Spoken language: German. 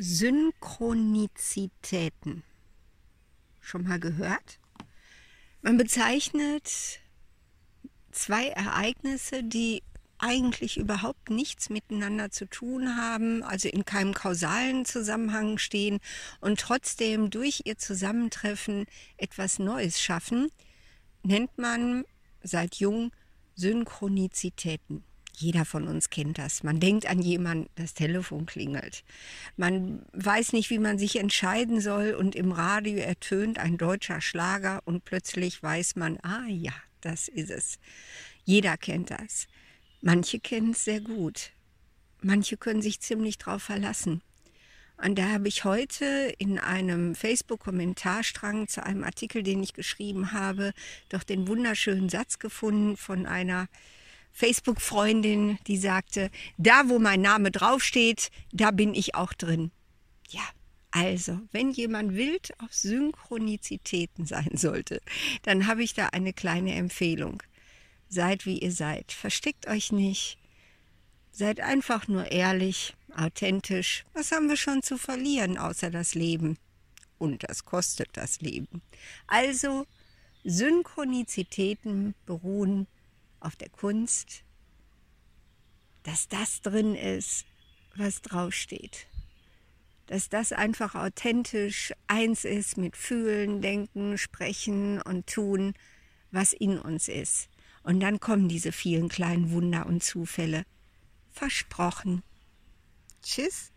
Synchronizitäten. Schon mal gehört? Man bezeichnet zwei Ereignisse, die eigentlich überhaupt nichts miteinander zu tun haben, also in keinem kausalen Zusammenhang stehen und trotzdem durch ihr Zusammentreffen etwas Neues schaffen, nennt man seit jung Synchronizitäten. Jeder von uns kennt das. Man denkt an jemanden, das Telefon klingelt. Man weiß nicht, wie man sich entscheiden soll und im Radio ertönt ein deutscher Schlager und plötzlich weiß man, ah ja, das ist es. Jeder kennt das. Manche kennen es sehr gut. Manche können sich ziemlich drauf verlassen. Und da habe ich heute in einem Facebook-Kommentarstrang zu einem Artikel, den ich geschrieben habe, doch den wunderschönen Satz gefunden von einer Facebook-Freundin, die sagte, da wo mein Name draufsteht, da bin ich auch drin. Ja, also, wenn jemand wild auf Synchronizitäten sein sollte, dann habe ich da eine kleine Empfehlung. Seid wie ihr seid, versteckt euch nicht, seid einfach nur ehrlich, authentisch. Was haben wir schon zu verlieren außer das Leben? Und das kostet das Leben. Also, Synchronizitäten beruhen auf der Kunst, dass das drin ist, was draufsteht. Dass das einfach authentisch eins ist mit Fühlen, Denken, Sprechen und Tun, was in uns ist. Und dann kommen diese vielen kleinen Wunder und Zufälle. Versprochen. Tschüss.